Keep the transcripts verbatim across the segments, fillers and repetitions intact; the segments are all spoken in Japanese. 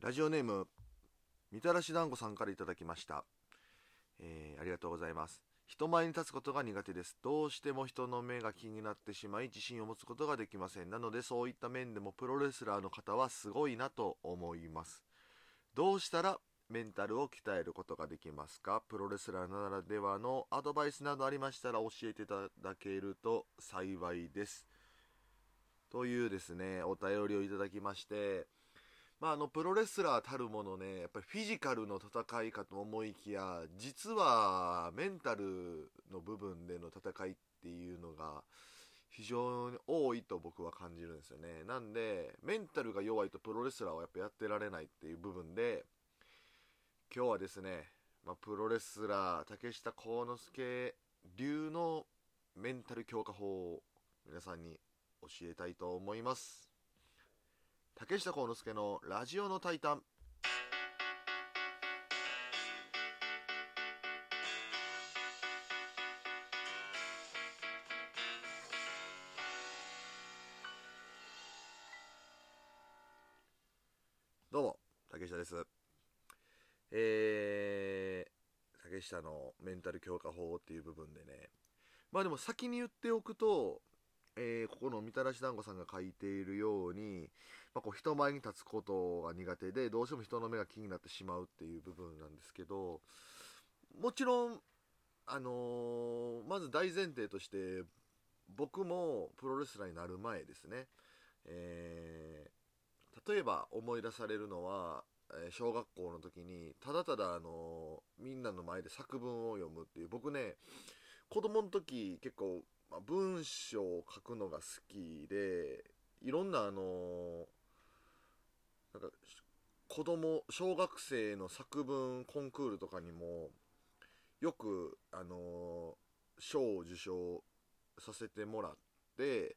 ラジオネームみたらし団子さんからいただきました。えー、ありがとうございます。人前に立つことが苦手です。どうしても人の目が気になってしまい自信を持つことができません。なのでそういった面でもプロレスラーの方はすごいなと思います。どうしたらメンタルを鍛えることができますか？プロレスラーならではのアドバイスなどありましたら教えていただけると幸いです。というですね、お便りをいただきまして、まあ、あのプロレスラーたるものね、やっぱりフィジカルの戦いかと思いきや、実はメンタルの部分での戦いっていうのが非常に多いと僕は感じるんですよね。なんでメンタルが弱いとプロレスラーはやっぱやってられないっていう部分で、今日はですね、まあ、プロレスラー竹下幸之助流のメンタル強化法を皆さんに教えたいと思います。竹下幸之助のラジオのタイタン。どうも竹下です。えー、竹下のメンタル強化法っていう部分でね、まあでも先に言っておくと、えーここのみたらし団子さんが書いているように、まあ、こう人前に立つことが苦手でどうしても人の目が気になってしまうっていう部分なんですけど、もちろんあのーまず大前提として僕もプロレスラーになる前ですね、えー例えば思い出されるのは、えー小学校の時にただただ、あのーみんなの前で作文を読むっていう、僕ね子供の時結構、まあ、文章を書くのが好きで、いろんなあのーなんか子供小学生の作文コンクールとかにもよくあのー賞を受賞させてもらって、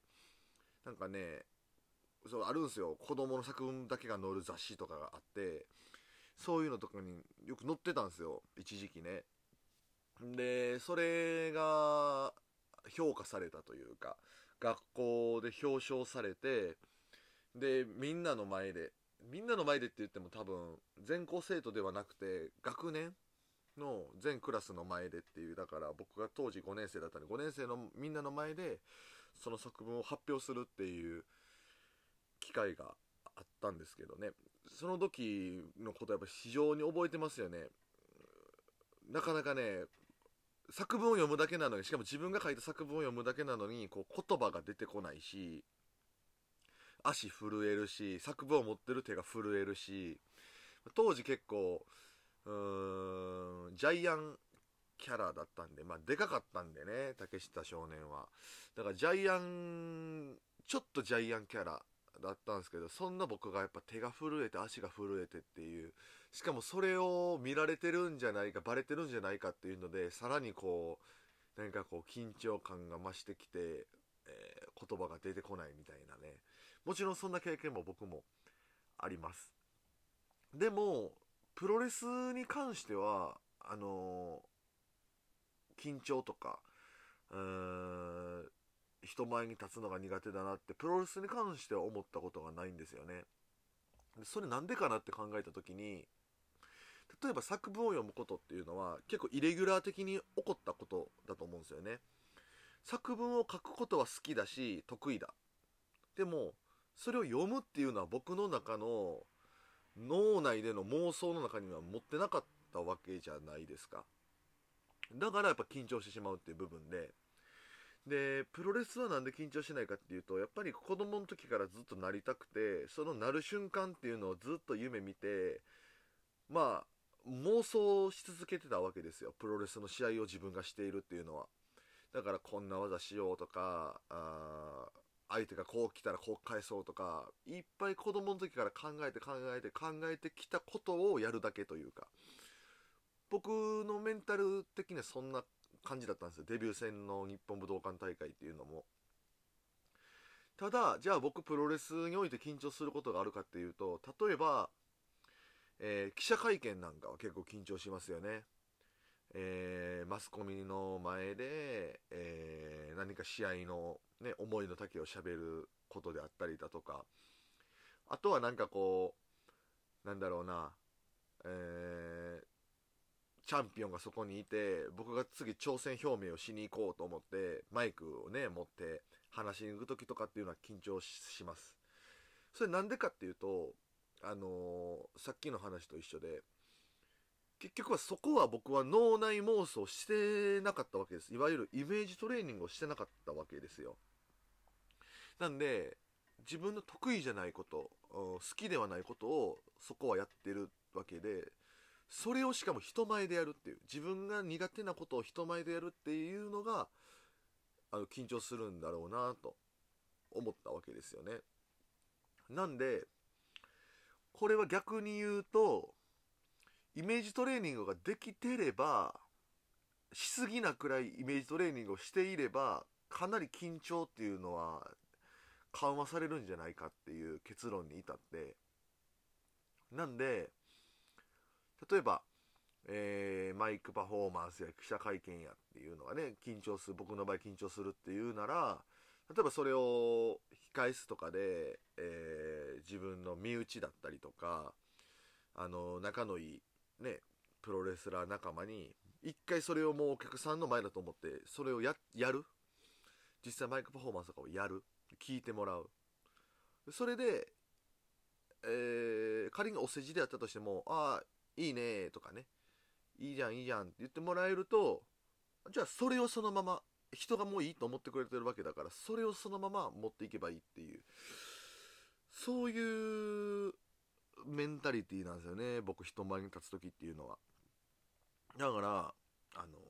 なんかね、そうあるんですよ、子供の作文だけが載る雑誌とかがあって、そういうのとかによく載ってたんですよ、一時期ね。でそれが評価されたというか、学校で表彰されて、でみんなの前でみんなの前でって言っても多分全校生徒ではなくて学年の全クラスの前でっていう、だから僕が当時ごねん生だったんでごねん生のみんなの前でその作文を発表するっていう機会があったんですけどね、その時のことやっぱ非常に覚えてますよね。なかなかね、作文を読むだけなのに、しかも自分が書いた作文を読むだけなのにこう言葉が出てこないし、足震えるし、作文を持ってる手が震えるし、当時結構うーんジャイアンキャラだったんで、まあでかかったんでね、竹下少年は。だからジャイアンちょっとジャイアンキャラだったんですけど、そんな僕がやっぱ手が震えて足が震えてっていう、しかもそれを見られてるんじゃないか、バレてるんじゃないかっていうので、さらにこう何かこう緊張感が増してきて、えー言葉が出てこないみたいなね。もちろんそんな経験も僕もあります。でもプロレスに関してはあのー緊張とか、うーん人前に立つのが苦手だなってプロレスに関しては思ったことがないんですよね。でそれなんでかなって考えた時に、例えば作文を読むことっていうのは結構イレギュラー的に起こったことだと思うんですよね。作文を書くことは好きだし得意だ。でもそれを読むっていうのは僕の中の脳内での妄想の中には持ってなかったわけじゃないですか。だからやっぱ緊張してしまうっていう部分で、でプロレスはなんで緊張しないかっていうと、やっぱり子供の時からずっとなりたくて、そのなる瞬間っていうのをずっと夢見て、まあ妄想し続けてたわけですよ、プロレスの試合を自分がしているっていうのは。だからこんな技しようとか、あ相手がこう来たらこう返そうとか、いっぱい子供の時から考えて考えて考えてきたことをやるだけというか、僕のメンタル的にはそんな感じだったんですよ、デビュー戦の日本武道館大会っていうのも。ただじゃあ僕プロレスにおいて緊張することがあるかっていうと、例えば、えー記者会見なんかは結構緊張しますよね。えーマスコミの前で、えー何か試合の、ね、思いの丈をしゃべることであったりだとか、あとはなんかこうなんだろうな、えー、チャンピオンがそこにいて、僕が次挑戦表明をしに行こうと思ってマイクをね持って話しに行く時とかっていうのは緊張します。それなんでかっていうと、あのーさっきの話と一緒で、結局はそこは僕は脳内妄想してなかったわけです。いわゆるイメージトレーニングをしてなかったわけですよ。なんで自分の得意じゃないこと、好きではないことをそこはやってるわけで、それをしかも人前でやるっていう、自分が苦手なことを人前でやるっていうのがあの緊張するんだろうなと思ったわけですよね。なんでこれは逆に言うと、イメージトレーニングができてれば、しすぎなくらいイメージトレーニングをしていれば、かなり緊張っていうのは緩和されるんじゃないかっていう結論に至って、なんで例えば、えーマイクパフォーマンスや記者会見やっていうのがね、緊張する、僕の場合緊張するっていうなら、例えばそれを控え室とかで、えー自分の身内だったりとか、あの仲のいいねプロレスラー仲間に一回それをもうお客さんの前だと思ってそれをややる、実際マイクパフォーマンスとかをやる、聞いてもらう。それで、えー仮にお世辞でやったとしても、ああいいねとかね、いいじゃんいいじゃんって言ってもらえると、じゃあそれをそのまま、人がもういいと思ってくれてるわけだから、それをそのまま持っていけばいいっていう、そういうメンタリティーなんですよね、僕人前に立つ時っていうのは。だから、あのー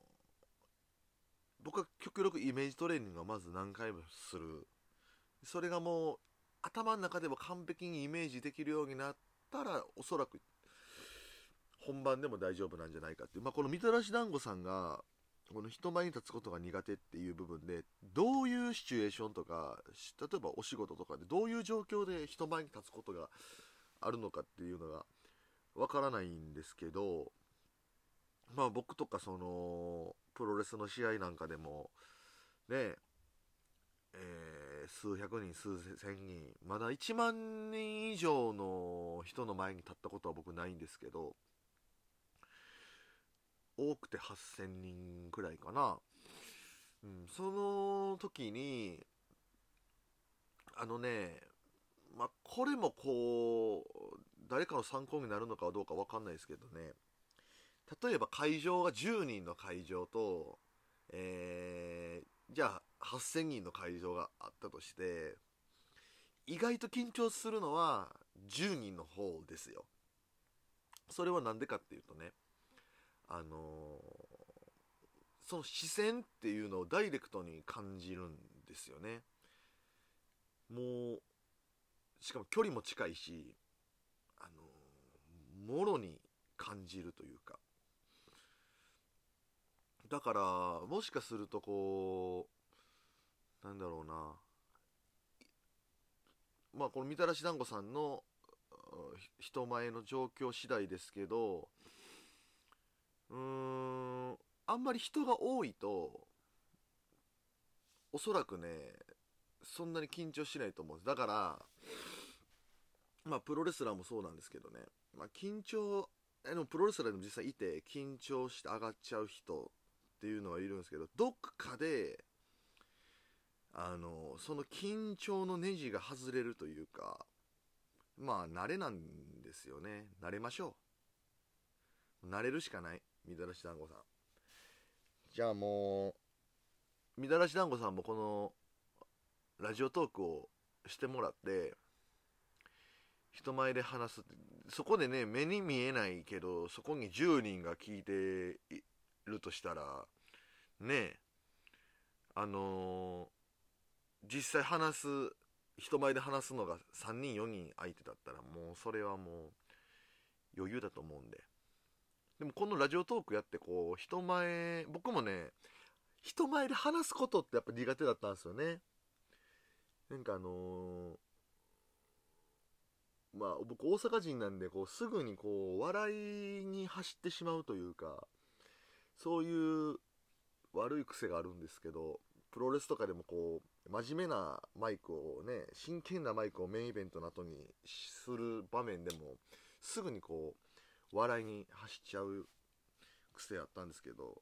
僕は極力イメージトレーニングをまず何回もする。それがもう頭の中でも完璧にイメージできるようになったら、おそらく本番でも大丈夫なんじゃないかっていう、まあ、このみたらし団子さんがこの人前に立つことが苦手っていう部分で、どういうシチュエーションとか、例えばお仕事とかでどういう状況で人前に立つことがあるのかっていうのがわからないんですけど、まあ僕とかそのプロレスの試合なんかでもね、えー数百人数千人、まだいちまん人以上の人の前に立ったことは僕ないんですけど、多くてはっせんにんくらいかな、うん、その時にあのね、まあこれもこう誰かの参考になるのかどうか分かんないですけどね、例えば会場がじゅうにんの会場と、えー、じゃあはっせんにんの会場があったとして、意外と緊張するのはじゅうにんの方ですよ。それは何でかっていうとね、あのーその視線っていうのをダイレクトに感じるんですよね。もうしかも距離も近いし、あのーもろに感じるというか、だからもしかするとこうなんだろうな、まあこのみたらし団子さんの人前の状況次第ですけど、うーん、あんまり人が多いとおそらくねそんなに緊張しないと思うんです。だからまあプロレスラーもそうなんですけどね、まあ、緊張、でもプロレスラーでも実際いて緊張して上がっちゃう人っていうのはいるんですけど、どっかであのその緊張のネジが外れるというか、まあ慣れなんですよね。慣れましょう。慣れるしかない。みたらし団子さん、じゃあもうみたらし団子さんもこのラジオトークをしてもらって、人前で話すって、そこでね目に見えないけどそこにじゅうにんが聞いているとしたらね、あのー実際話す、人前で話すのがさんにんよにん相手だったらもうそれはもう余裕だと思うんで。でもこのラジオトークやってこう人前、僕もね人前で話すことってやっぱ苦手だったんですよね。なんかあのーまあ僕大阪人なんでこうすぐにこう笑いに走ってしまうというか、そういう悪い癖があるんですけど、プロレスとかでもこう真面目なマイクをね、真剣なマイクをメインイベントの後にする場面でもすぐにこう笑いに走っちゃう癖あったんですけど、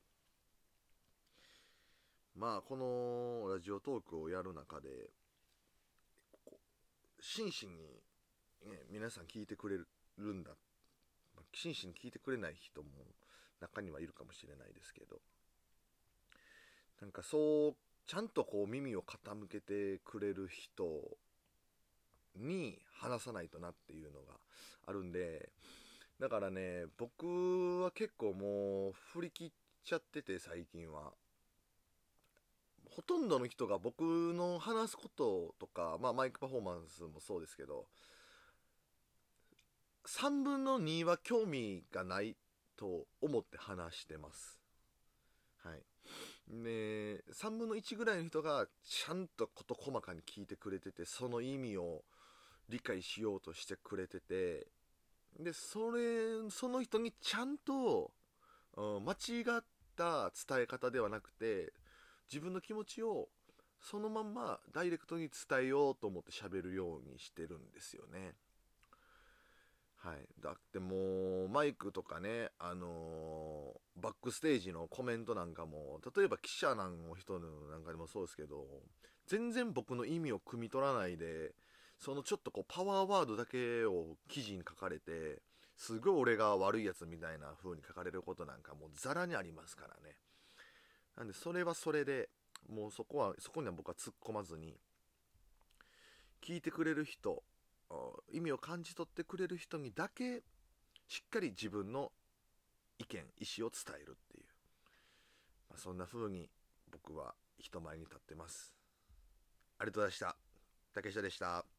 まあこのラジオトークをやる中で真摯に、ね、皆さん聞いてくれるんだ、真摯に聞いてくれない人も中にはいるかもしれないですけど、なんかそうちゃんとこう耳を傾けてくれる人に話さないとなっていうのがあるんで、だからね、僕は結構もう振り切っちゃってて、最近はほとんどの人が僕の話すこととか、まあマイクパフォーマンスもそうですけど、さんぶんのには興味がないと思って話してます。はい。で、さんぶんのいちぐらいの人がちゃんと事細かに聞いてくれてて、その意味を理解しようとしてくれてて、で、それ、その人にちゃんと、うん、間違った伝え方ではなくて、自分の気持ちをそのまんまダイレクトに伝えようと思って喋るようにしてるんですよね。はい、だってもうマイクとかね、あのーバックステージのコメントなんかも、例えば記者なんの人なんかでもそうですけど、全然僕の意味を汲み取らないで、そのちょっとこうパワーワードだけを記事に書かれて、すごい俺が悪いやつみたいな風に書かれることなんかもうザラにありますからね。なんでそれはそれで、もうそこはそこには僕は突っ込まずに、聞いてくれる人、意味を感じ取ってくれる人にだけしっかり自分の意見意思を伝えるっていう、まあ、そんな風に僕は人前に立ってます。ありがとうございました。竹下でした。